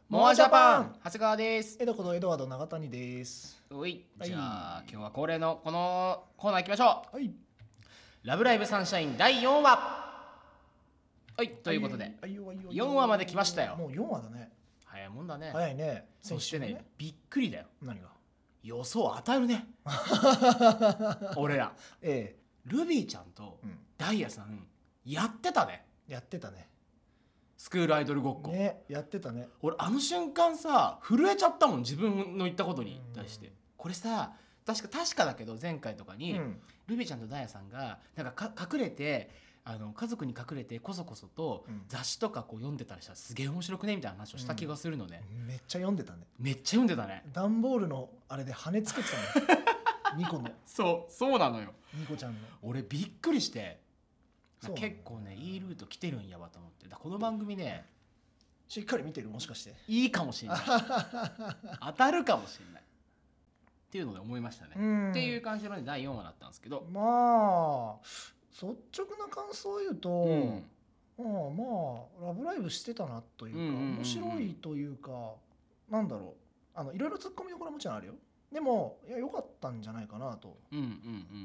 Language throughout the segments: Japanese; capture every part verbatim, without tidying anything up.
モアジャパン長谷川です。 江戸ことエドワード長谷です。 おい、 はいじゃあ今日は恒例のこのコーナー行きましょう。 はい。 ラブライブサンシャインだいよんわ。はい、ということであいよあいよあいよよんわまで来ましたよ。 もうよんわだね。 早いもんだね。 早いね。 そしてね、びっくりだよ。 何が？ 予想当たるね。俺らえルビーちゃんとえ、うん、 ダイヤさんやってたね。 やってたね。 スクールアイドルごっこ。 ね、やってたね。 俺あの瞬間さ震えちゃったもん、自分の言ったことに対して。これさ確か確かだけど前回とかに、うん、ルビーちゃんとダイヤさんがなんかか隠れてあの家族に隠れてこそこそと雑誌とかこう読んでたりしたらすげえ面白くねみたいな話をした気がするのね、 うん、めっちゃ読んでたね。 めっちゃ読んでたね。 段ボールのあれで羽作ってたのニコの。 そうそうなのよ。 ニコちゃんの。 俺びっくりして結構ねいいルート来てるんやわと思って。だこの番組ねしっかり見てる、もしかしていいかもしれない当たるかもしれないっていうので思いましたね、うん、っていう感じのだいよんわだったんですけど、 まあ率直な感想を言うと、うん、まあまあラブライブしてたなというか、うんうんうんうん、面白いというか、なんだろう、あのいろいろツッコミどころもちろんあるよ。でもいや良かったんじゃないかなと、うんうんうん、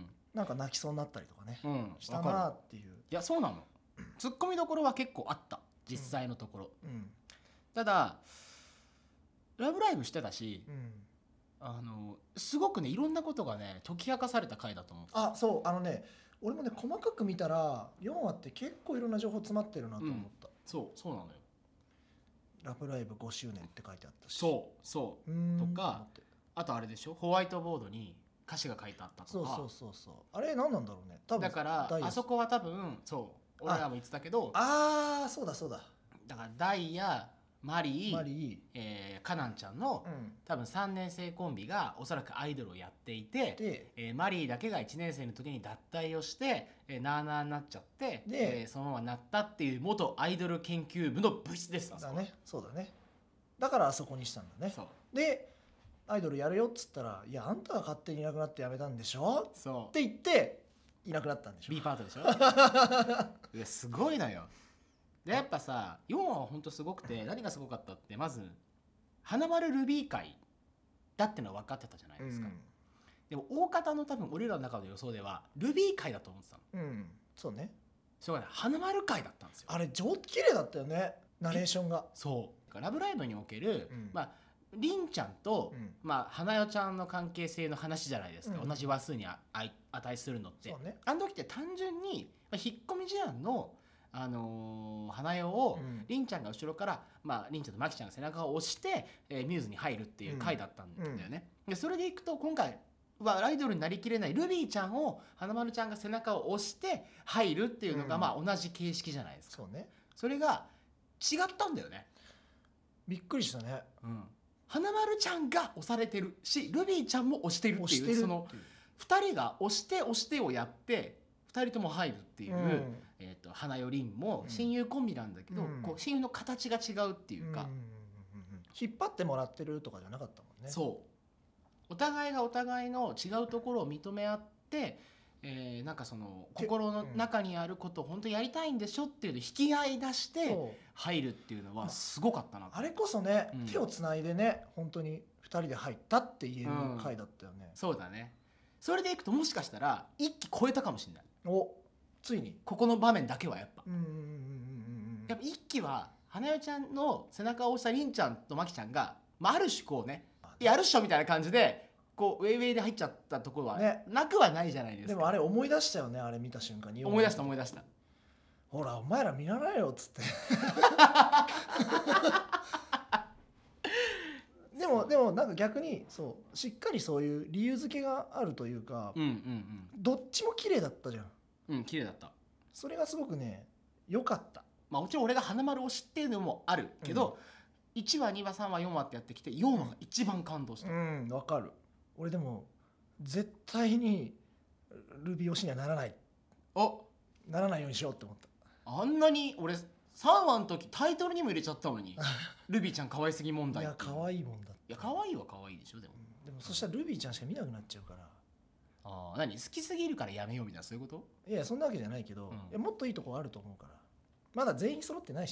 なんか泣きそうになったりとかね、うん、したなっていう。 いやそうなの、ツッコミどころは結構あった実際のところ、うんうん、ただラブライブしてたし、うん、あのすごくねいろんなことがね解き明かされた回だと思う。 あ、そう、あのね俺もね細かく見たらよんわって結構いろんな情報詰まってるなと思った、うん、 そうそうなのよ。 ラブライブごしゅうねんって書いてあったし、 そうそうとか、あとあれでしょ、ホワイトボードに歌詞が書いてあったとか。 そうそうそうそう、あれ何なんだろうね。多分だからあそこは多分そう俺らも言ってたけど、 ああそうだそうだ、 だからダイヤマリー、 マリー、 えー、カナンちゃんの、うん、多分さんねん生コンビがおそらくアイドルをやっていて、えー、マリーだけがいちねん生の時に脱退をして、えー、なあなあになっちゃって、えー、そのままなったっていう元アイドル研究部の部室です。 だね、そうだね。だからあそこにしたんだね。そうでアイドルやるよっつったら、いやあんたが勝手にいなくなってやめたんでしょって言っていなくなったんでしょ。 B パートでしょいやすごいのよ。でやっぱさよんわは本当すごくて、何がすごかったってまず花丸ルビー会だってのは分かってたじゃないですか、うん、でも大方の多分俺らの中の予想ではルビー会だと思ってたの。うん、そうね。そうね、花丸会だったんですよ。 あれ超綺麗だったよね、ナレーションが。 そうラブライブにおける、うん、まありんちゃんと、うん、まあ花代ちゃんの関係性の話じゃないですか、うん、同じ話数にあい値するのって、ね、あの時って単純に、まあ、引っ込み思案のあのー、花代を、うん、りんちゃんが後ろから、まあ、りんちゃんとまきちゃんが背中を押して、えー、ミューズに入るっていう回だったんだよね、うん、でそれでいくと今回はアイドルになりきれないルビーちゃんを花丸ちゃんが背中を押して入るっていうのが、うん、まあ同じ形式じゃないですか。そうね。それが違ったんだよね。 びっくりしたね、 うん、花丸ちゃんが押されてるしルビーちゃんも押してるっていう、そのふたりが押して押してをやってふたりとも入るっていう、うん、えー、と花代りんも親友コンビなんだけど、うん、こう親友の形が違うっていうか、うんうんうんうん、 引っ張ってもらってるとかじゃなかったもんね。 そうお互いがお互いの違うところを認め合って、えー、なんかその心の中にあることを本当にやりたいんでしょっていうのを引き合い出して入るっていうのはすごかったな。 あれこそね、うん、手をつないでね本当にふたりで入ったって言える回だったよね、 うん、そうだね。それでいくともしかしたら一期超えたかもしれない。 おついにここの場面だけはやっぱ、うんうんうんうん、やっぱ一期は花代ちゃんの背中を押したりんちゃんとまきちゃんが、まあ、ある種こうねやるっしょみたいな感じでこうウェイウェイで入っちゃったところはなくはないじゃないですか、ね、 でもあれ思い出したよね、あれ見た瞬間に。 思い出した思い出した。 ほらお前ら見習えよっつってでもでもなんか逆にそうしっかりそういう理由付けがあるというか、うんうんうん、どっちも綺麗だったじゃん。 うん綺麗だった。 それがすごくね良かった。 まあもちろん俺が花丸推しっていうのもあるけど、うん、いちわにわさんわよんわってやってきてよんわが一番感動した。 うんわ、うん、かる。俺でも絶対にルビー推しにはならないおならないようにしようって思った。 あんなに俺さんわの時タイトルにも入れちゃったのにルビーちゃん可愛すぎ問題。 いや可愛いもんだって。 いや可愛いは可愛いでしょ。でも、 うん、でもそしたらルビーちゃんしか見なくなっちゃうから。 ああ何好きすぎるからやめようみたいなそういうこと？ いやそんなわけじゃないけど、うん、いやもっといいとこあると思うから。まだ全員揃ってないしね。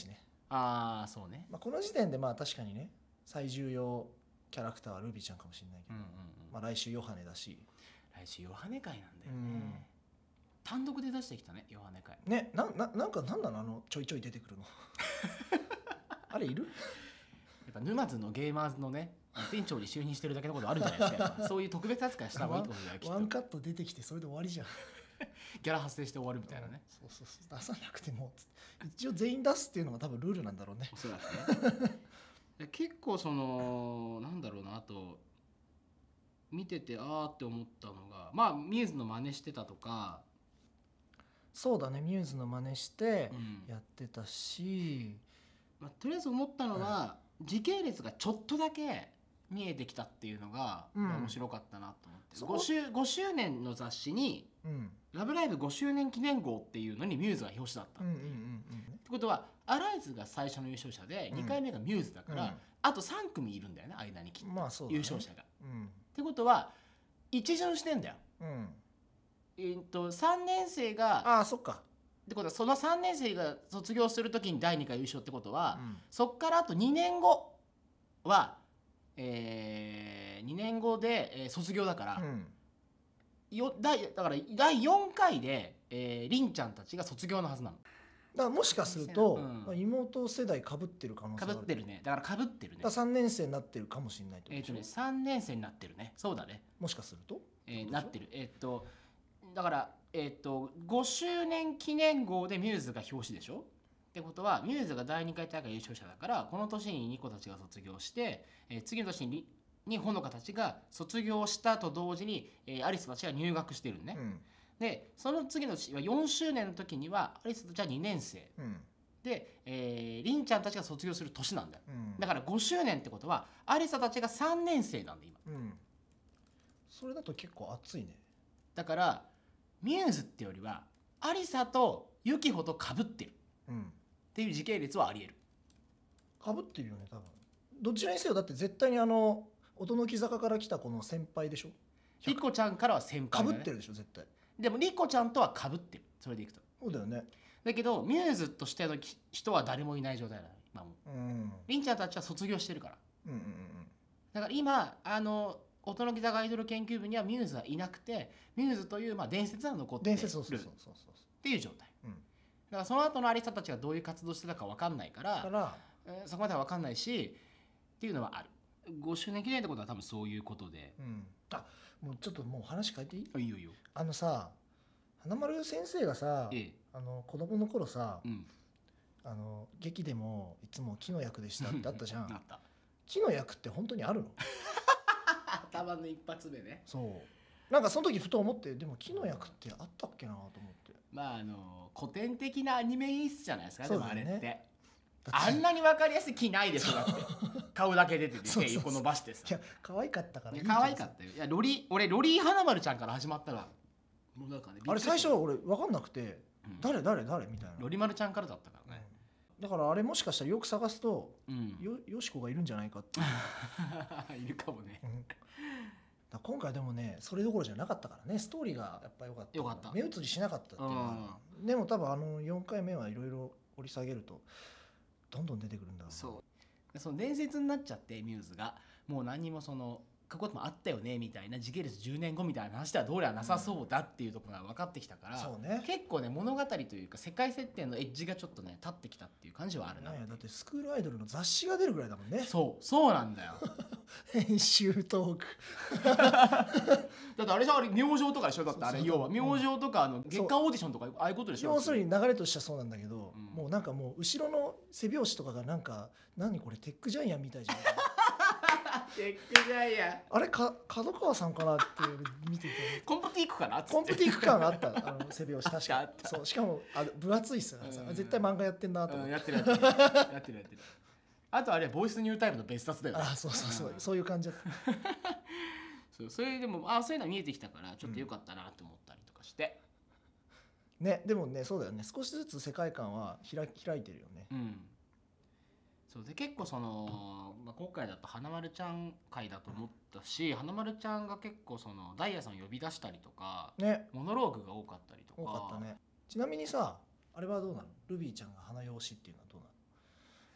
ああそうね、 まあ、この時点でまあ確かにね最重要キャラクターはルビーちゃんかもしれないけど、 うんうんうんまあ、来週ヨハネだし、 来週ヨハネ会なんだよね、 うん、 単独で出してきたねヨハネ会ね。なななんかなんなのあのちょいちょい出てくるのあれいる？ やっぱ沼津のゲーマーズのね店長に就任してるだけのことあるんじゃないですかそういう特別扱いした方がいいってことだよきっと。 ワンカット出てきてそれで終わりじゃんギャラ発生して終わるみたいなね、 うん、そうそうそう、出さなくても一応全員出すっていうのが多分ルールなんだろうね。 そうだね結構そのなんだろうな、あと見ててあーって思ったのが、まあミューズの真似してたとか。 そうだね、ミューズの真似してやってたし、 うん、まあ、とりあえず思ったのは、うん、時系列がちょっとだけ見えてきたっていうのが、うん、面白かったなと思って、ご, 周ごしゅうねんの雑誌に、うん、ラブライブごしゅうねん記念号っていうのにミューズが表紙だったっていう、うんうんうんうん、ってことはアライズが最初の優勝者で、うん、にかいめがミューズだから、うん、あとさんくみいるんだよね間にきっと、まあそうだね、優勝者が、うん、ってことは一巡してんだよ、うん、えー、とさんねん生がああそっかってことはそのさんねん生が卒業するときにだいにかい優勝ってことは、うん、そっからあとにねんごは、えー、にねんごで、えー、卒業だから、うん、よだだからだいよんかいで、えー、りんちゃんたちが卒業のはずなの。 だからもしかすると、うん、妹世代かぶってる可能性がある。 かぶってるね。だからかぶってるね。 だからさんねん生になってるかもしれないってことでしょ。 えっとねさんねん生になってるね。そうだね。 もしかすると、 えー、なってる。えっとだからえっとごしゅうねん記念号でミューズが表紙でしょ。ってことはミューズがだいにかい大会優勝者だからこの年にニコたちが卒業して、えー、次の年ににほのかたちが卒業したと同時に、えー、アリスたちが入学してるね。うん、でその次の年はよんしゅうねんの時にはアリスたちはにねん生。うんで、えー、りんちゃんたちが卒業する年なんだよ、うん、だからごしゅうねんってことはアリサたちがさんねん生なんで今、うん、 それだと結構熱いね。 だからミューズってよりはアリサとユキホと被ってる、うん、っていう時系列はあり得る。 被ってるよね多分。どっちらにせよだって絶対にあの音の木坂から来たこの先輩でしょ。 リコちゃんからは先輩だね。被ってるでしょ絶対。 でもリコちゃんとは被ってる。それでいくとそうだよね。 だけどミューズとしての人は誰もいない状態だ今も、うん、りんちゃんたちは卒業してるから、うんうんうん、だから今あの音の木坂アイドル研究部にはミューズはいなくてミューズという、まあ、伝説が残ってるっていう状態、うん、だからその後のアリサたちがどういう活動してたか分かんないからから、えー、そこまでは分かんないしっていうのはある。ごしゅうねん記念ってことは多分そういうことで、うん、 あもうちょっともう話変えていい？ いいよいいよ。 あのさ花丸先生がさ、ええ、あの子供の頃さ、うん、あの劇でもいつも木の役でしたってあったじゃんあった木の役って本当にあるの？ 頭の一発目ね。 そうなんかその時ふと思ってでも木の役ってあったっけなと思って。 まああの古典的なアニメ演出じゃないですか、ね、でもあれってあんなに分かりやすい木ないでしょだって顔だけ出てて手横伸ばしてさ。 いや可愛かったからいい可愛かったよ。いやロリ俺ロリー花丸ちゃんから始まったらもうなんかね、 あれ最初は俺分かんなくて、うん、誰誰誰みたいな。 ロリマルちゃんからだったからね、 うん、だからあれもしかしたらよく探すと、うん、よ, よしこがいるんじゃないかっていういるかもね、うん、 だ今回でもねそれどころじゃなかったからね。ストーリーがやっぱ良かった。 よかった。 目移りしなかったっていうのは、うん、でも多分あのよんかいめはいろいろ掘り下げるとどんどん出てくるんだろうな。 そうその伝説になっちゃってミューズがもう何もその過去もあったよねみたいな時系列じゅうねんごみたいな話ではどうりゃなさそうだっていうところが分かってきたから、うんね、結構ね物語というか世界設定のエッジがちょっとね立ってきたっていう感じはあるな。 だってスクールアイドルの雑誌が出るぐらいだもんね。 そうそうなんだよ編集トークだってあれじゃあれ明星とかでしょ。だってあれ要は明星とかあの月間オーディションとかああいうことでしょ。 要するに流れとしてはそうなんだけど、うん、もうなんかもう後ろの背拍子とかがなんか何これテックジャイアンみたいじゃんテックジャイアンあれか角川さんかなって見ててコンプティークかなっつってコンプティーク感があったあの背拍子確かそうしかもあ分厚いっすよ、うん、絶対漫画やってんなと思って、うん、やってるやってるやってるやってるあとあれはボイスニュータイムの別冊だよね。 あそうそうそう、うん、そういう感じだったそうそれでもあそういうの見えてきたからちょっと良かったなと思ったりとかして、 うん、ねでもねそうだよね少しずつ世界観は開開いてるよね。うんそうで結構その、まあ、今回だと花丸ちゃん回だと思ったし、うん、花丸ちゃんが結構そのダイヤさんを呼び出したりとか、ね、モノローグが多かったりとか多かったね。ちなみにさあれはどうなの？ルビーちゃんが花用紙っていうのはどうなの？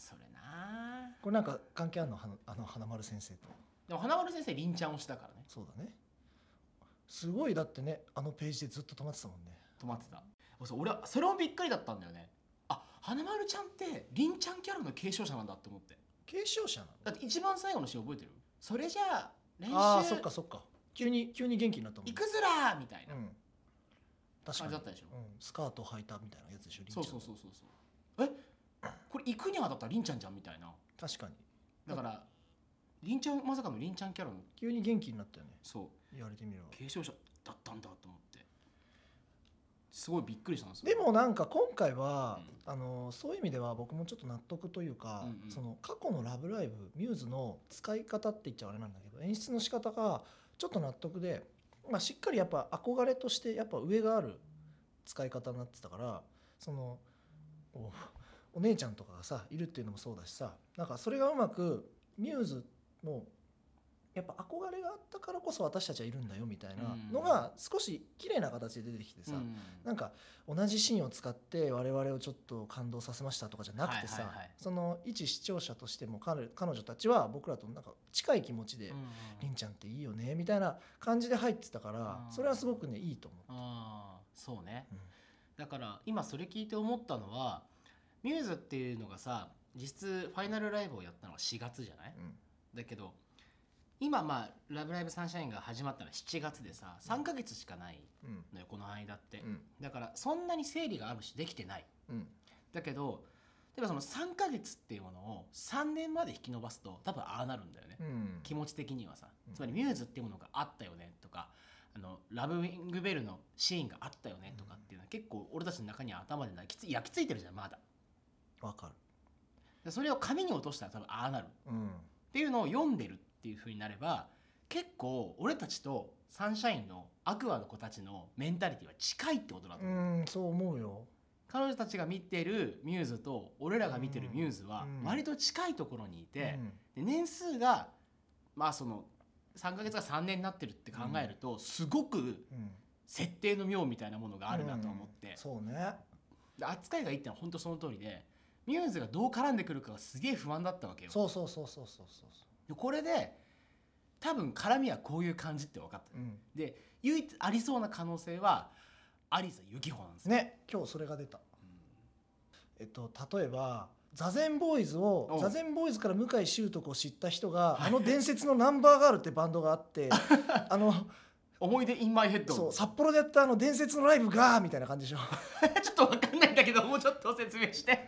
それな。 これなんか関係あるの？あの花丸先生と。 でも花丸先生りんちゃんをしたからね。 そうだね。すごい、だってね、あのページでずっと止まってたもんね。 止まってた。俺はそれもびっくりだったんだよね。あ、花丸ちゃんってりんちゃんキャラの継承者なんだって思って。 継承者なの？ だって一番最後のシーン覚えてる？それじゃあ練習、 ああそっかそっか、急に急に元気になったもん。 行くずらーみたいな、うん、 確かにだったでしょ、 うん、スカート履いたみたいなやつでしょ。 そうそうそうそうそう。え、これ行くにあたったらりんちゃんじゃんみたいな。 確かに。 だからりんちゃん、まさかのりんちゃんキャラの急に元気になったよね。 そう言われてみれば継承者だったんだと思って、すごいびっくりしたんですよ。 でもなんか今回は、うん、あのそういう意味では僕もちょっと納得というか、うんうん、その過去のラブライブミューズの使い方って言っちゃあれなんだけど、演出の仕方がちょっと納得で、まあ、しっかりやっぱ憧れとしてやっぱ上がある使い方になってたから、その お, お姉ちゃんとかがさいるっていうのもそうだしさ、なんかそれがうまくミューズのやっぱ憧れがあったからこそ私たちはいるんだよみたいなのが少し綺麗な形で出てきてさ、うん、なんか同じシーンを使って我々をちょっと感動させましたとかじゃなくてさ、はいはいはい、その一視聴者としても 彼, 彼女たちは僕らとなんか近い気持ちで、うんうん、りんちゃんっていいよねみたいな感じで入ってたから、それはすごくねいいと思って。 あ、そうね、うん、だから今それ聞いて思ったのは、ミューズっていうのがさ実質ファイナルライブをやったのがしがつじゃない、うん、だけど今まあラブライブサンシャインが始まったのはしちがつでさ、さんかげつしかないのよ、うん、この間って、うん、だからそんなに整理があるしできてない、うん、だけど例えばそのさんかげつっていうものをさんねんまで引き延ばすと多分ああなるんだよね、うん、気持ち的にはさ、つまりミューズっていうものがあったよねとか、あのラブウィングベルのシーンがあったよねとかっていうのは結構俺たちの中には頭で焼きつ焼き付いてるじゃん、まだわかる。それを紙に落としたら多分ああなる、うん、っていうのを読んでるっていう風になれば、結構俺たちとサンシャインのアクアの子たちのメンタリティは近いってことだと思う。 うん、そう思うよ。 彼女たちが見てるミューズと俺らが見てるミューズは割と近いところにいて、で年数がまあそのさんかげつがさんねんになってるって考えるとすごく設定の妙みたいなものがあるなと思って、 うんうん、そうね。 で扱いがいいってのは本当その通りで、ミューズがどう絡んでくるかがすげえ不安だったわけよ。 そうそうそうそうそうそう。 これで多分絡みはこういう感じって分かった、うん、で唯一ありそうな可能性は有沙由紀穂なんですよね。今日それが出た、うん、えっと例えば座禅ボーイズを座禅ボーイズから向井秀徳を知った人が、あの伝説のナンバーガールってバンドがあってあの思い出インマイヘッド、 そう札幌でやったあの伝説のライブがみたいな感じでしょちょっと分かんないんだけどもうちょっと説明して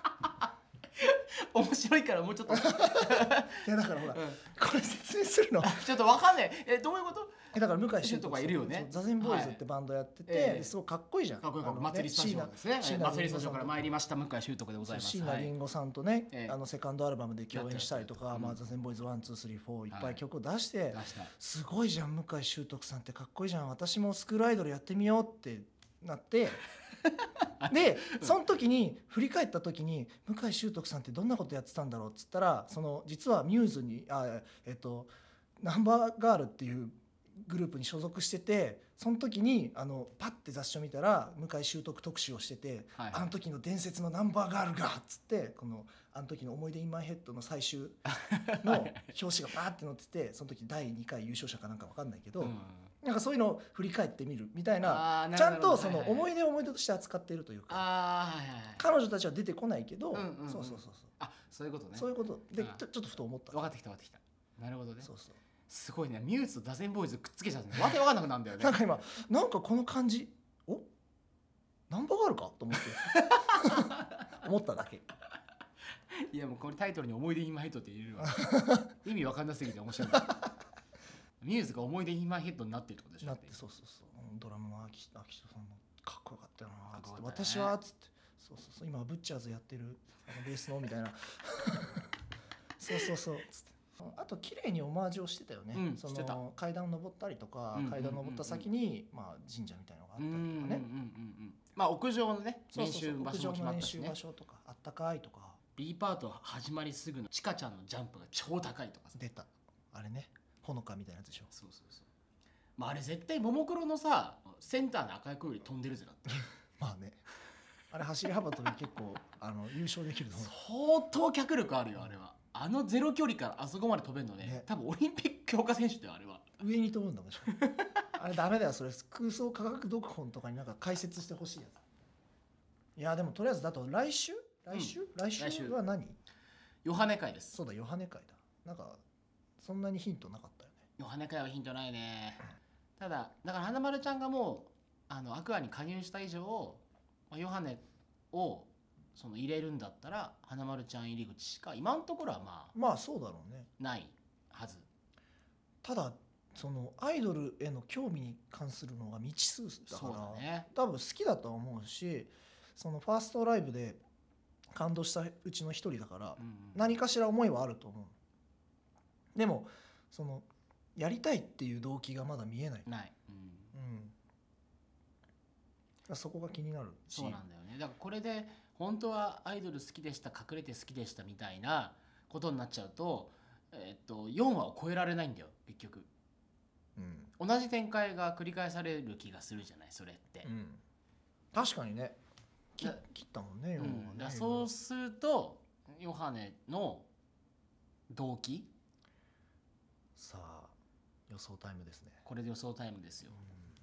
面白いからもうちょっといやだからほら、うん、これ説明するのちょっと分かんない。えどういうこと？ えだから向井秀徳がいるよね。 座禅ボーイズってバンドやってて、はい、すごいかっこいいじゃん。 かっこいいかっこいい。祭りスタジオですね。祭りスタジオから参りました向井秀徳でございます。 椎名林檎さんとね、はい、あのセカンドアルバムで共演したりとか、まあ座禅ボーイズワンツースリーフォーいっぱい曲を出して、はい、すごいじゃん向井秀徳さんってかっこいいじゃん。私もスクールアイドルやってみようってなって。でその時に振り返った時に向井秀徳さんってどんなことやってたんだろうっつったら、その実はミューズにあえっとナンバーガールっていうグループに所属してて、その時にあのパッて雑誌を見たら向井秀徳特集をしてて、はいはい、あの時の伝説のナンバーガールがっつってこのあの時の思い出インマイヘッドの最終の表紙がバーって載ってて、その時だいにかい優勝者かなんか分かんないけど、うん、なんかそういうのを振り返ってみるみたいな、ちゃんとその思い出を思い出として扱っているというか、あ、はいはい、彼女たちは出てこないけど、うんうんうん、そうそうそうそう、 あ、そういうことね。 そういうことでちょっとふと思った。 分かってきた分かってきた。なるほどね。 そうそう。 すごいね、ミューズと座禅ボーイズくっつけちゃってわけわかんなくなるんだよね。 なんか今なんかこの感じ、おナンバーガールかと思って思っただけ。 いやもうこれタイトルに思い出インマイヘッドって入れるわ意味わかんなすぎて面白いミューズが思い出インマイヘッドになってるってことでしょ。 なって、そうそうそう、ドラムの秋人さんもかっこよかったよなっつって、ね、私はっつって、そうそうそう、今ブッチャーズやってるあのベースのみたいなそうそうそうつって、あと綺麗にオマージュをしてたよね、うん、その階段を登ったりとか、うん、階段を登った先に、まあ、神社みたいなのがあったりとかね、うんうんうんうん、まあ屋上のね練習場所も決まったしね、屋上の練習場所とかあったかいとか、 B パート始まりすぐのちかちゃんのジャンプが超高いとかさ、 出たあれね、ほのかみたいなやつでしょ。 そうそうそう、まあ、あれ絶対ももクロのさセンターの赤い子より飛んでるぜだってまあねあれ走り幅跳び結構あの優勝できると思う。 相当脚力あるよあれは。あのゼロ距離からあそこまで飛べるのね、ね、多分オリンピック強化選手だよあれは。 上に飛ぶんだもんあれダメだよそれ。空想科学読本とかになんか解説してほしいやつ。いやでもとりあえずだと来週来週、うん、来週は何？ ヨハネ会です。 そうだヨハネ会だ。なんかそんなにヒントなかったよね。 ヨハネ会はヒントないね。ただだから花丸ちゃんがもうあのアクアに加入した以上、まあ、ヨハネをその入れるんだったら花丸ちゃん入り口しか今のところはまあまあそうだろうね。 ないはず。 ただそのアイドルへの興味に関するのが未知数だから、 ね、 多分好きだとは思うし、そのファーストライブで感動したうちの一人だから、うんうん、何かしら思いはあると思う。でもそのやりたいっていう動機がまだ見えない。 ない、うんうん、そこが気になるし。 そうなんだよね。だからこれで本当はアイドル好きでした隠れて好きでしたみたいなことになっちゃうと、えっと、よんわを超えられないんだよ結局、うん、同じ展開が繰り返される気がするじゃないそれって、うん、 確かにね。切ったもんね、よんわね、 うん、だそうするとヨハネの動機、 さあ予想タイムですね。 これで予想タイムですよ、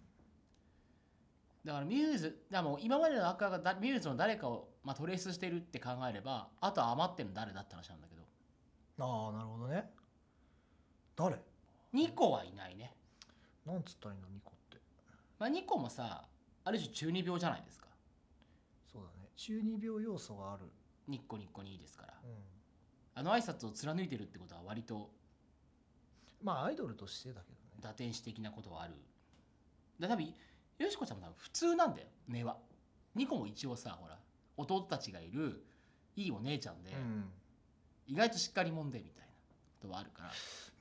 うん、だからミューズだからもう今までのアクアがミューズの誰かを、まあ、トレースしてるって考えればあとは余ってるの誰だって話なんだけど。 ああなるほどね。誰？ ニコはいないね。 なんつったらいいのニコって。 まあニコもさある種中二病じゃないですか。 そうだね。中二病要素がある。 ニッコニッコにいいですから、うん、あの挨拶を貫いてるってことは割とまあアイドルとしてだけどね。 打天使的なことはある。だ多分よしこちゃんも多分普通なんだよ根は。ニコも一応さほら弟たちがいるいいお姉ちゃんで、うん、意外としっかり者でみたいなことはあるから。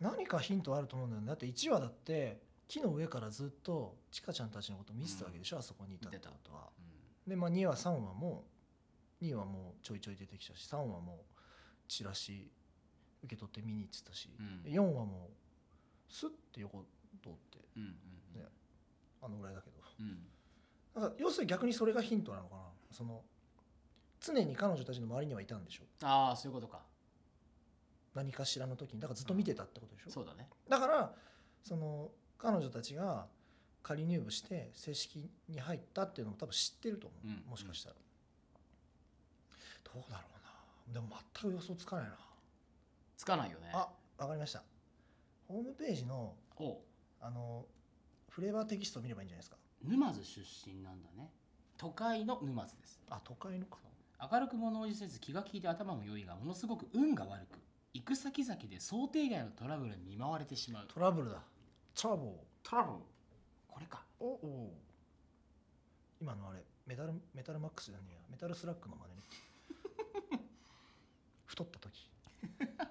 何かヒントあると思うんだよね。だっていちわだって木の上からずっとちかちゃんたちのこと見てたわけでしょ、うん、あそこにいたってことは、うん、でまあにわさんわもにわもちょいちょい出てきたしさんわもチラシ受け取って見に行ってたし、うん、よんわもスッて横通って、うんうんうんね、あのぐらいだけど、うん、だから要するに逆にそれがヒントなのかな。その常に彼女たちの周りにはいたんでしょ。 ああそういうことか。 何かしらの時にだからずっと見てたってことでしょ、うん、 そうだね。だからその彼女たちが仮入部して正式に入ったっていうのも多分知ってると思う、うん、もしかしたら、うん、どうだろうな。でも全く予想つかないな。 つかないよね。 あ、わかりました。ホームページのあのフレーバーテキストを見ればいいんじゃないですか。 沼津出身なんだね。都会の沼津です。 あ、都会のか。 明るく物おじせず気が利いて頭も良いがものすごく運が悪く行く先々で想定外のトラブルに見舞われてしまう。 トラブルだ。トラブル。 トラブル。これか。 おお。今のあれメタルメタルマックスじゃねえや。メタルスラックの真似ね。太った時。 やばいな。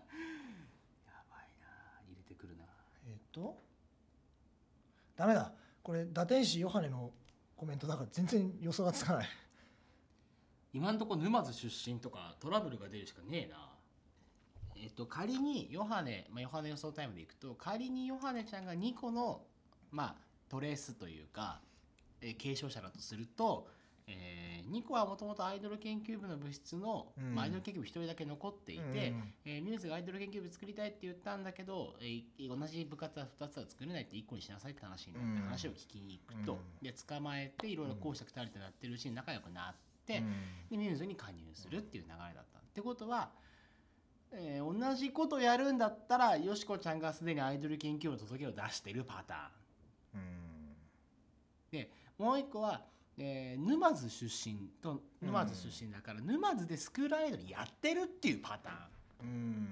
入れてくるな。 えっと。ダメだ。これ打天使ヨハネのコメントだから全然予想がつかない。 今んとこ沼津出身とかトラブルが出るしかねえな。えっと仮にヨハネ、まあ、ヨハネ予想タイムでいくと仮にヨハネちゃんがにこの、まあ、トレースというか、えー、継承者だとすると、えー、にこはもともとアイドル研究部の部室の、うんまあ、アイドル研究部ひとりだけ残っていて、うんえー、ミューズがアイドル研究部作りたいって言ったんだけど、えー、同じ部活はふたつは作れないっていっこにしなさいって話になって、うん、話を聞きに行くと、うん、で捕まえていろいろこうしたくたりとなってるうちに仲良くなって、うん、でミューズに加入するっていう流れだった。ってことはえー、同じことやるんだったらよしこちゃんがすでにアイドル研究部の届けを出してるパターン。うんでもう一個は、えー、沼津出身と沼津出身だから沼津でスクールアイドルやってるっていうパターン。うん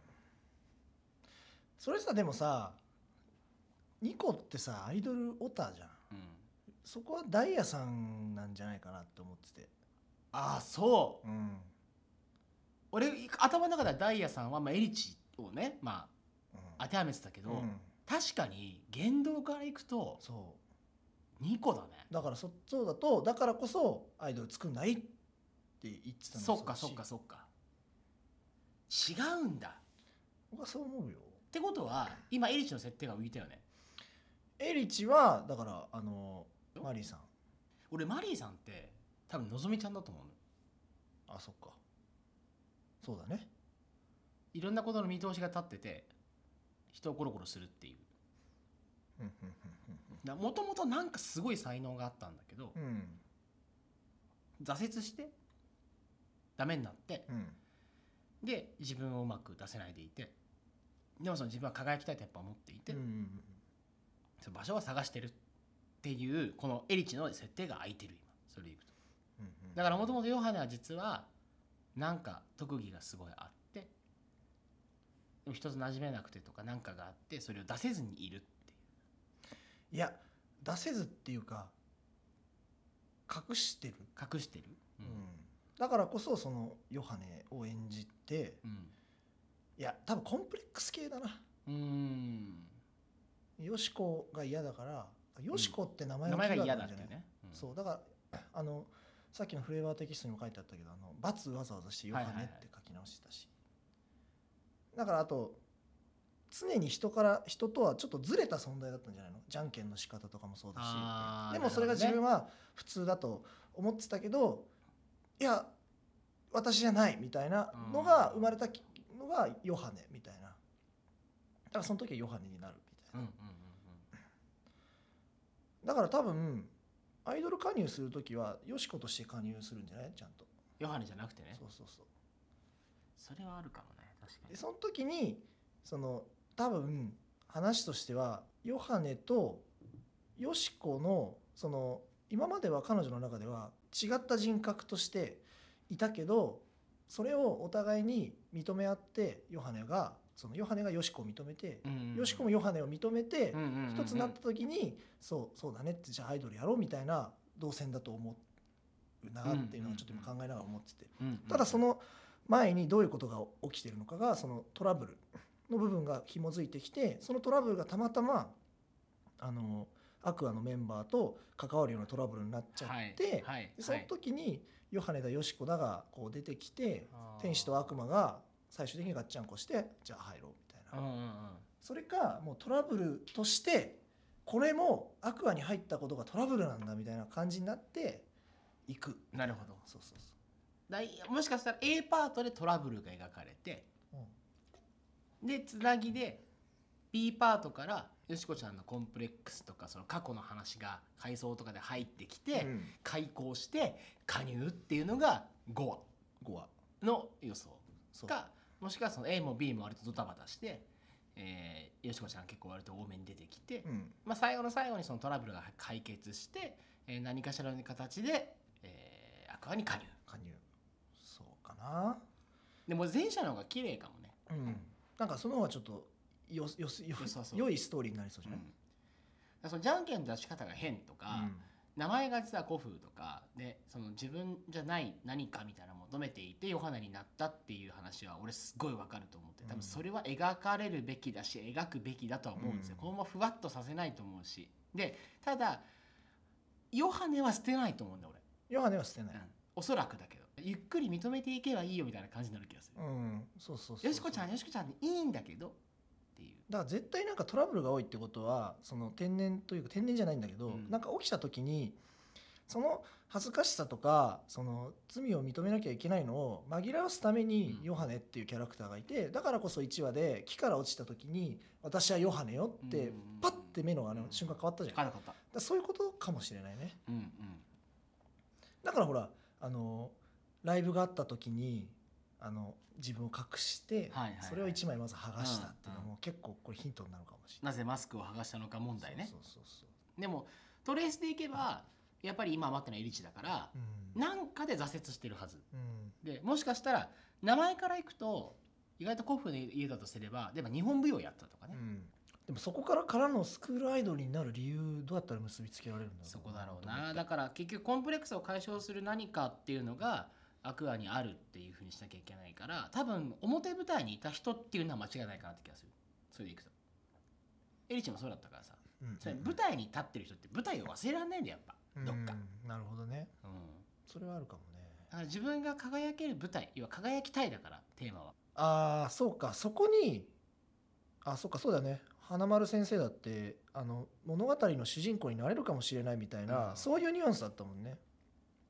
それさでもさニコってさアイドルオタじゃん、うん、そこはダイヤさんなんじゃないかなって思ってて。 ああそう、うん俺頭の中ではダイヤさんはまあエリチをね、まあ、当てはめてたけど、うん、確かに言動からいくとそうにこだね。 だから そ, そうだとだからこそアイドル作んないって言ってたの。 そっかそっかそっか違うんだ。 僕はそう思うよ。 ってことは今エリチの設定が浮いたよね。 エリチはだからあのマリーさん。 俺マリーさんって多分のぞみちゃんだと思うの。 あ、そっか、そうだね。 いろんなことの見通しが立ってて人をコロコロするっていう。もともとなんかすごい才能があったんだけど、うん、挫折してダメになって、うん、で自分をうまく出せないでいて、でもその自分は輝きたいとやっぱ思っていて、うん、その場所を探してるっていうこのエリチの設定が空いてる今それでいくと、うんうん、だからもともとヨハネは実はなんか特技がすごいあって、でも一つ馴染めなくてとかなんかがあってそれを出せずにいるっていう。 いや出せずっていうか隠してる隠してる、 うんうん、だからこそそのヨハネを演じて、うん、いや多分コンプレックス系だな。うーん、ヨシコが嫌だからヨシコって名前が嫌だってね、うん、そうだからあのさっきのフレーバーテキストにも書いてあったけどあのバツわざわざしてヨハネって書き直してたし、だからあと常に人から人とはちょっとずれた存在だったんじゃないの。じゃんけんの仕方とかもそうだし、でもそれが自分は普通だと思ってたけど、いや私じゃないみたいなのが生まれたのがヨハネみたいな。だからその時はヨハネになるみたいな、うんうんうんうん、だから多分アイドル加入する時はヨシコとして加入するんじゃない、ちゃんとヨハネじゃなくてね。 そうそうそう、 それはあるかもね、確かに。 でその時にその多分話としてはヨハネとヨシコのその今までは彼女の中では違った人格としていたけど、それをお互いに認め合ってヨハネがそのヨハネがヨシコを認めて、うんうん、ヨシコもヨハネを認めて、うんうんうんうん、一つになった時にそうそうだねってじゃあアイドルやろうみたいな動線だと思うなっていうのをちょっと今考えながら思ってて、うんうんうん、ただその前にどういうことが起きてるのかがそのトラブルの部分が紐づいてきて、そのトラブルがたまたまあのアクアのメンバーと関わるようなトラブルになっちゃって、はいはい、その時にヨハネだヨシコだがこう出てきて、天使と悪魔が最終的にガッチャンコしてじゃあ入ろうみたいな、うんうんうん、それかもうトラブルとしてこれもアクアに入ったことがトラブルなんだみたいな感じになっていく。 なるほど。 そうそうそう、 だもしかしたら A パートでトラブルが描かれて、うん、でつなぎで B パートからよしこちゃんのコンプレックスとかその過去の話が回想とかで入ってきて、うん、開講して加入っていうのがごわごわの予想か、もしくはその A も B も割とドタバタして、えー、よしこちゃん結構割と多めに出てきて、うん、まあ、最後の最後にそのトラブルが解決して、えー、何かしらの形で、えー、アクアに加入加入そうかな。 でも前者の方が綺麗かもね、 うん、なんかその方がちょっとよよよ良いストーリーになりそうじゃない、 うん、そのじゃんけんの出し方が変とか、うん、名前が実は古風とかでその自分じゃない何かみたいなのを求めていてヨハネになったっていう話は俺すごいわかると思って、多分それは描かれるべきだし描くべきだとは思うんですよ、うん、このままふわっとさせないと思うし、でただヨハネは捨てないと思うんだ俺。 ヨハネは捨てない、うん、 おそらくだけどゆっくり認めていけばいいよみたいな感じになる気がする、うん、そうそうそうそう、よしこちゃんよしこちゃんでいいんだけどっていう。 だから絶対なんかトラブルが多いってことはその天然というか天然じゃないんだけど、うん、なんか起きた時にその恥ずかしさとかその罪を認めなきゃいけないのを紛らわすためにヨハネっていうキャラクターがいて、だからこそいちわで木から落ちた時に私はヨハネよってパッて目のあの瞬間変わったじゃん。 変わった。 だそういうことかもしれないね、うんうん、だからほらあのライブがあった時にあの自分を隠して、はいはいはい、それをいちまいまず剥がしたっていうのも結構これヒントになるかもしれない。 なぜマスクを剥がしたのか問題ね。 そうそうそうそう。 でもトレースでいけばやっぱり今待ってのエリチだから、うん、なんかで挫折してるはず、うん、でもしかしたら名前からいくと意外と古風で家だとすればでも日本舞踊やったとかね、うん、 でもそこからからのスクールアイドルになる理由どうやったら結びつけられるんだろう。 そこだろうな。だから結局コンプレックスを解消する何かっていうのがアクアにあるっていう風にしなきゃいけないから、多分表舞台にいた人っていうのは間違いないかなって気がする。それでいくとエリチもそうだったからさ、うんうんうん、それ舞台に立ってる人って舞台を忘れられないんだよやっぱどっか、 うん、なるほどね、うん、それはあるかもね。 だから自分が輝ける舞台、要は輝きたいだからテーマは。 ああそうか、そこにあそうかそうだね、花丸先生だってあの物語の主人公になれるかもしれないみたいな、うん、そういうニュアンスだったもんね。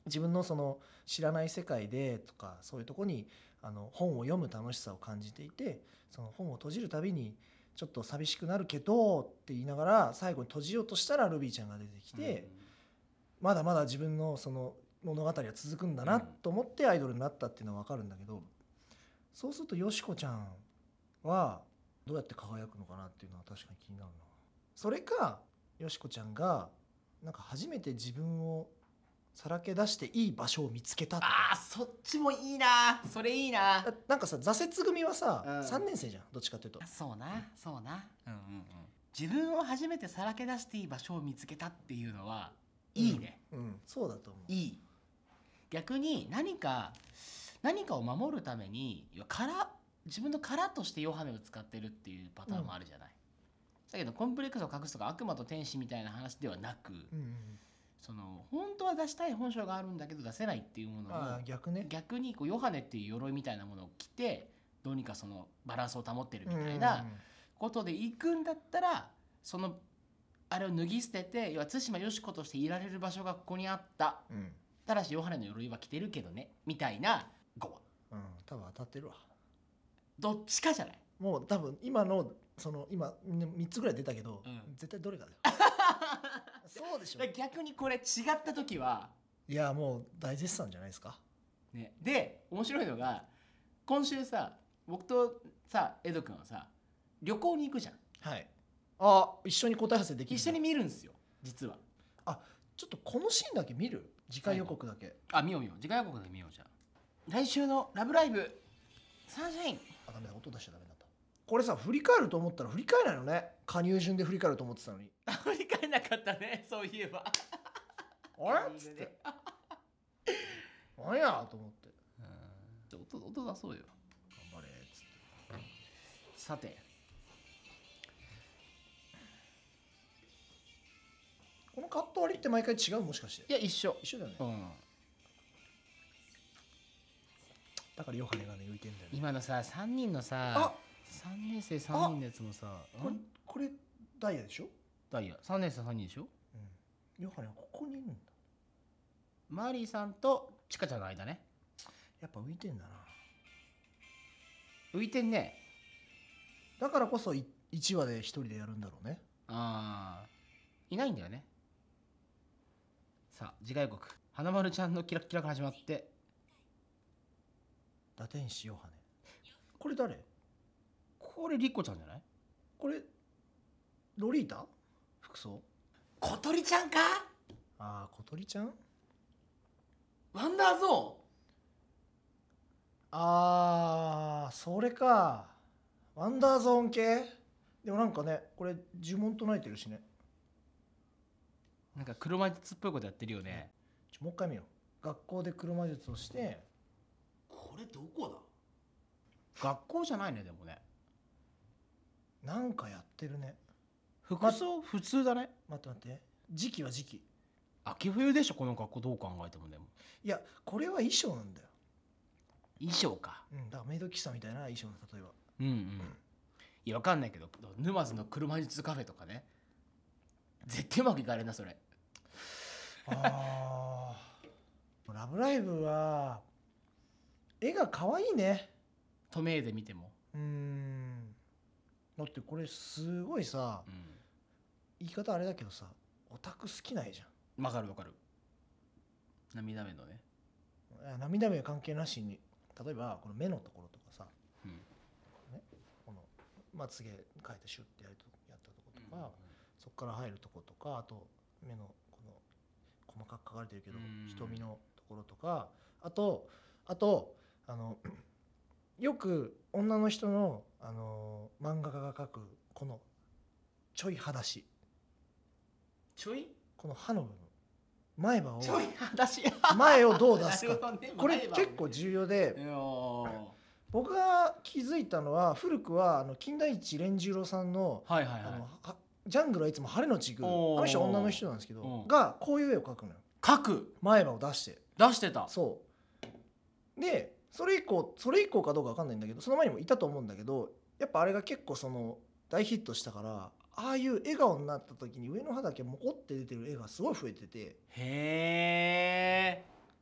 自分のその知らない世界でとかそういうとこにあの本を読む楽しさを感じていて、その本を閉じるたびにちょっと寂しくなるけどって言いながら最後に閉じようとしたらルビーちゃんが出てきて、まだまだ自分のその物語は続くんだなと思ってアイドルになったっていうのは分かるんだけど、そうするとよしこちゃんはどうやって輝くのかなっていうのは確かに気になるな。それかよしこちゃんがなんか初めて自分をさらけ出していい場所を見つけたとか。 あーそっちもいいな、それいいな。 なんかさ挫折組はさ、 うん、 さんねん生じゃんどっちかっていうと。 そうなそうな、うんうんうん、自分を初めてさらけ出していい場所を見つけたっていうのはいいね、 うんうん、そうだと思う。 いい。逆に何か何かを守るために殻自分の殻としてヨハネを使ってるっていうパターンもあるじゃない、うん、だけどコンプレックスを隠すとか悪魔と天使みたいな話ではなく、うんうん、その本当は出したい本性があるんだけど出せないっていうものを逆ね、 逆にこうヨハネっていう鎧みたいなものを着てどうにかそのバランスを保ってるみたいなことで行くんだったら、そのあれを脱ぎ捨てて、要は対馬よし子としていられる場所がここにあった、うん、ただしヨハネの鎧は着てるけどねみたいなごわ、 うん、多分当たってるわ。 どっちかじゃない？ もう多分今のその今みっつぐらい出たけど、うん、絶対どれかだよそうでしょ。 逆にこれ違った時はいやもう大絶賛じゃないですか、 ね、で面白いのが今週さ僕とさエド君はさ旅行に行くじゃん。 はい。あ一緒に答え合わせできる。 一緒に見るんですよ実は。 あちょっとこのシーンだけ見る？次回予告だけ、はい、 あ見よう見よう次回予告で見よう。じゃあ来週のラブライブサンシャイン。 あダメだ音出しちゃダメだった。これさ振り返ると思ったら振り返らないのね。加入順で振り返ると思ってたのに振り返んなかったねそういえばあれっつって何やと思って、 じゃあ 音, 音出そうよ。 頑張れっつって。 さてこのカット割りって毎回違う？もしかして。 いや一緒一緒だよね、 うん、 だからヨハネがね浮いてんだよね。 今のささんにんのささんねん生さんにんのやつもさこれこれダイヤでしょ。 ダイヤさんねん生さんにんでしょ、 うん、ヨハネはここにいるんだ。 マリーさんとチカちゃんの間ね。 やっぱ浮いてんだな。 浮いてんね。 だからこそいちわでひとりでやるんだろうね。 ああいないんだよね。さあ次回予告花丸ちゃんのキラッキラから始まって打天使ヨハネ。これ誰？ これリッコちゃんじゃない？ これロリータ服装？ 小鳥ちゃんか？ ああ小鳥ちゃん？ ワンダーゾーン？ ああそれか。ワンダーゾーン系？でもなんかねこれ呪文唱えてるしね。 なんか黒魔術っぽいことやってるよね。 ちょもう一回見よう。学校で黒魔術をして。 これどこだ？学校じゃないねでもね。 なんかやってるね。 服装、ま、普通だね。 待って待って時期は時期秋冬でしょこの格好。どう考えても。でもいやこれは衣装なんだよ。 衣装か。 うんだからメイド喫茶みたいな衣装の例えば。 うんうん、うん、いやわかんないけど沼津の黒魔術カフェとかね絶対うまくいかれるなそれ。 あラブライブは絵が可愛いね。 トメイで見ても。 うーんだってこれすごいさ、うん、言い方あれだけどさオタク好きな絵じゃん。 わかるわかる。涙目のね。 涙目は関係なしに例えばこの目のところとかさ、うんね、このまつげ描いてシュッてやるとやったとことか、うんうん、そこから入るとことかあと目のこの細かく描かれてるけど、うん、瞳のところとかあとあとあのよく女の人の、あの漫画家が描くこのちょい裸足ちょいこの歯の部分前歯をちょい裸足前をどう出すか、ね、これ結構重要で僕が気づいたのは古くはあの金田一蓮十郎さんの、 はいはいはい、 あのジャングルはいつも晴れのちぐあの人女の人なんですけどがこういう絵を描くのよ。 描く前歯を出して出してた。 そうでそれ以降それ以降かどうか分かんないんだけどその前にもいたと思うんだけどやっぱあれが結構その大ヒットしたからああいう笑顔になった時に上の歯だけモコって出てる絵がすごい増えててへえ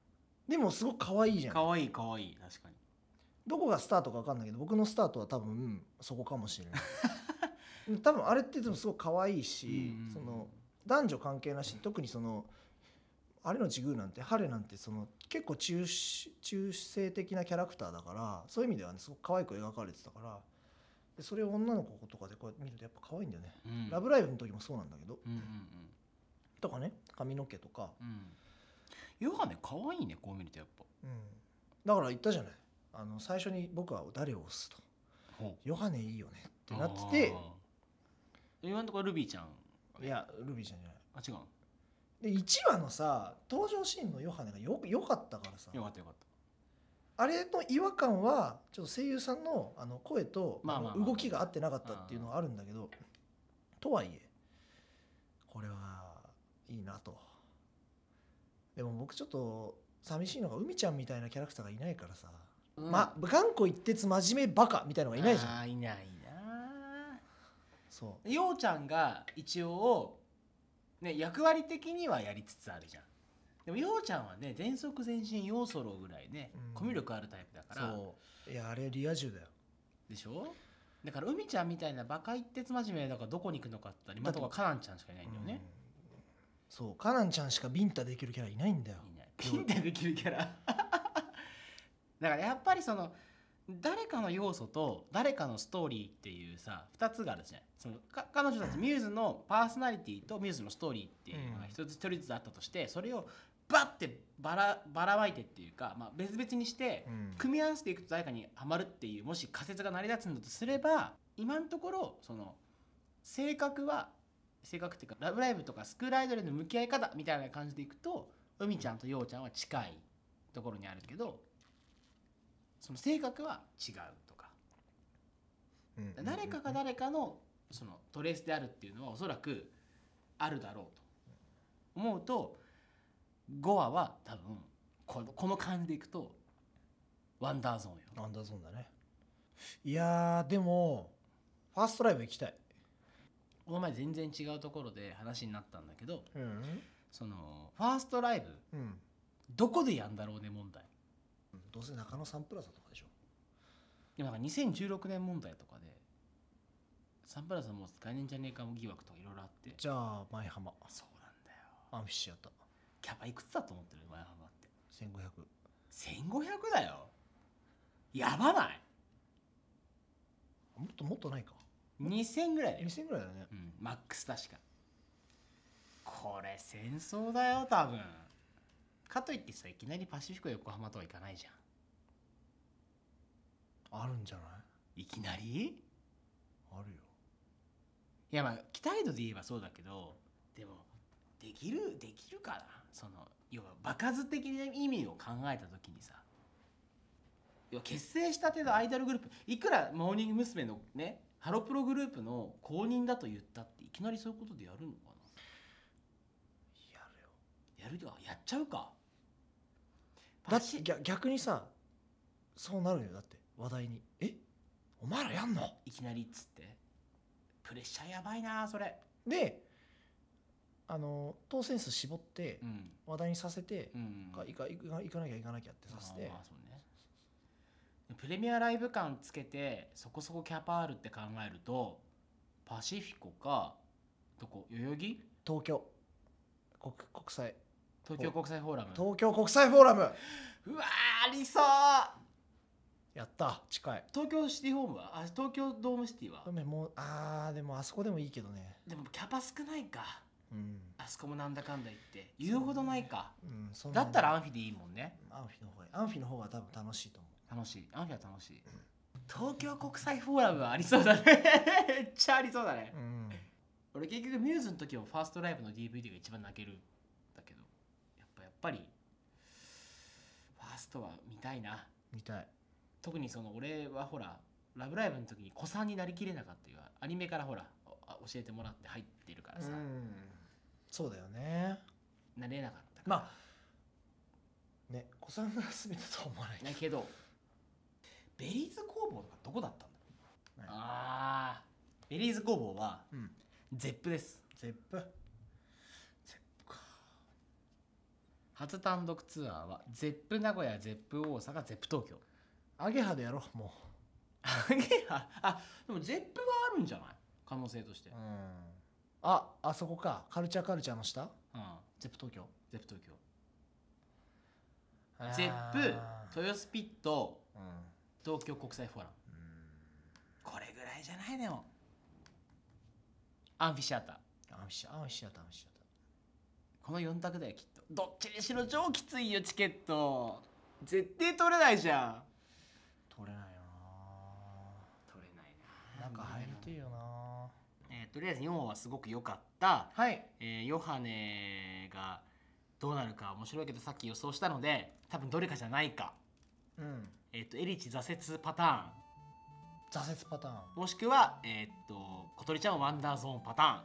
でもすごく可愛いじゃん。 可愛い可愛い確かに。 どこがスタートか分かんないけど僕のスタートは多分そこかもしれない多分あれってでもすごく可愛いし、うんうん、その男女関係なし、特にそのあれのジグーなんてハレなんてその結構中中性的なキャラクターだから、そういう意味では、ね、すごく可愛く描かれてたから、でそれを女の子とかでこうやって見るとやっぱ可愛いんだよね、うん、ラブライブの時もそうなんだけど、うんうんうん、とかね、髪の毛とか、うん、 ヨガね可愛いね、こう見るとやっぱ、 うん、だから言ったじゃない、あの最初に僕は誰を押すと、ヨハネいいよねってなってて、 今のところルビーちゃん、 いやルビーちゃんじゃない、 あ違うでいちわのさ登場シーンのヨハネがよよかったからさ、 よかったよかった、 あれの違和感はちょっと声優さんのあの声と動きが合ってなかったっていうのはあるんだけど、とはいえこれはいいなと。でも僕ちょっと寂しいのが海ちゃんみたいなキャラクターがいないからさ、うん、ま頑固一徹真面目バカみたいのがいないじゃん。 あいないな。そうようちゃんが一応ね役割的にはやりつつあるじゃん。でもようちゃんはね全速前進要ソロぐらいね、うん、コミュ力あるタイプだから。 そういやあれリア充だよ。 でしょ。だから海ちゃんみたいなバカ一徹真面目だからどこに行くのかって今のところカナンちゃんしかいないんだよね、うん、 そうカナンちゃんしかビンタできるキャラいないんだよ。 いないビンタできるキャラだからやっぱりその誰かの要素と誰かのストーリーっていうさふたつがあるじゃん。そのか彼女たちミューズのパーソナリティとミューズのストーリーっていうのが一つ一人ずつあったとして、それをバッてばらばらまいてっていうか、まあ、別々にして組み合わせていくと誰かにはまるっていうもし仮説が成り立つんだとすれば、今のところその性格は性格っていうかラブライブとかスクールアイドルの向き合い方みたいな感じでいくと海ちゃんとようちゃんは近いところにあるけど、その性格は違うとか、うん、誰かが誰かのそのトレースであるっていうのはおそらくあるだろうと思うと、ごわは多分この、この感じでいくとワンダーゾーンよ。 ワンダーゾーンだね。いやーでもファーストライブ行きたい。 この前全然違うところで話になったんだけど、 うん、 そのファーストライブ、うん、どこでやんだろうね問題。 どうせ中野サンプラザとかでしょ。 でもなんかにせんじゅうろくねん問題とかでサンプラザもう使えねえんじゃねえかも疑惑とかいろいろあって。 じゃあ舞浜。 そうなんだよ。 アンフィシアターキャパいくつだと思ってる舞浜って。 せんごひゃく。 せんごひゃくだよ。やばない？ もっともっとないか。 にせんぐらいだよ。 にせんぐらいだね、 うん、マックス確か。これ戦争だよ多分。かといってさいきなりパシフィコ横浜とはいかないじゃん。 あるんじゃない？ いきなり？ あるよ。 いやまあ期待度で言えばそうだけど、でもできるできるかな。その要は場数的な意味を考えた時にさ、要は結成したてのアイドルグループ、いくらモーニング娘。のねハロプログループの公認だと言ったっていきなりそういうことでやるのかな。 やるよ。 やるかやっちゃうか。 だって逆にさそうなるよ。だって話題にえお前らやんのいきなりっつってプレッシャーやばいなそれで、あの当選数絞って話題にさせて、うん、行か行か行かなきゃ行かなきゃってさせて、 ああそうね、プレミアライブ感つけてそこそこキャパあるって考えるとパシフィコかどこ代々木東京 国, 国際東京国際フォーラム東京国際フォーラムうわありそう。 やった近い。 東京シティホームはあ東京ドームシティはでもあーでもあそこでもいいけどね。 でもキャパ少ないか、うん、あそこもなんだかんだ言って言うほどないか、うん、そんなだったらアンフィでいいもんね。 アンフィの方がアンフィの方が多分楽しいと思う。楽しいアンフィは楽しい、うん、東京国際フォーラムはありそうだねめっちゃありそうだね、うん、俺結局ミューズの時もファーストライブの ディーブイディー が一番泣けるんだけど、やっぱやっぱりファーストは見たいな。 見たい。 特にその俺はほらラブライブの時に子さんになりきれなかったいうアニメからほら教えてもらって入ってるからさ、うん、 そうだよね。 なれなかったからまあね子さんが全てとは思わないけどベリーズ工房とかどこだったんだ、はい、あーベリーズ工房は、うん、ゼップです。 ゼップゼップか。 初単独ツアーはゼップ名古屋、ゼップ大阪、ゼップ東京。 アゲハでやろうもアゲハ、あ、でもゼップはあるんじゃない、可能性として。 う。うん。あ、あそこか、カルチャーカルチャーの下、 うん、 ゼップ東京。 ゼップ東京。ゼップ、豊洲ピット、 うん、 東京国際フォーラム。これぐらいじゃないでも。アンフィシアター。 アンフィシアター、アンフィシアター、アンフィシアター。 このよん択だよきっと。どっちにしろ超きついよチケット。絶対取れないじゃん。 取れないよな。取れないな。 中入りてえよな。 えー、とりあえずよんわはすごく良かった。 はい。 えー、ヨハネがどうなるか面白いけどさっき予想したので多分どれかじゃないか。 うん。 えっ、ー、とエリチ挫折パターン。 挫折パターン。 もしくはえっ、ー、と小鳥ちゃんワンダーゾーンパターン。うん、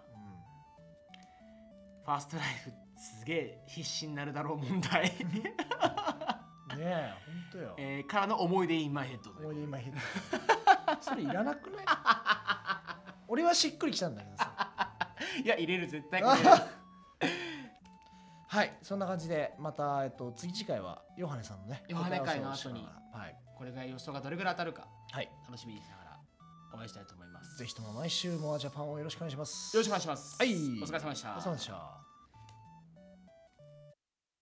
ファーストライフすげえ必死になるだろう問題。ねえ、ほんとよ。 えー、からの思い出インマイヘッド。 思い出インマイヘッド。それいらなくない？俺はしっくりきたんだけどさ。 いや入れる、絶対入れる。 はい、そんな感じでまた、えっと、次次回はヨハネさんのね、 ヨハネ会の後に、 はい、 これが予想がどれぐらい当たるか、 はい、 楽しみにしながらお会いしたいと思います。 ぜひとも毎週モアジャパンをよろしくお願いします。 よろしくお願いします。 はい、 お疲れ様でした。 お疲れ様でした。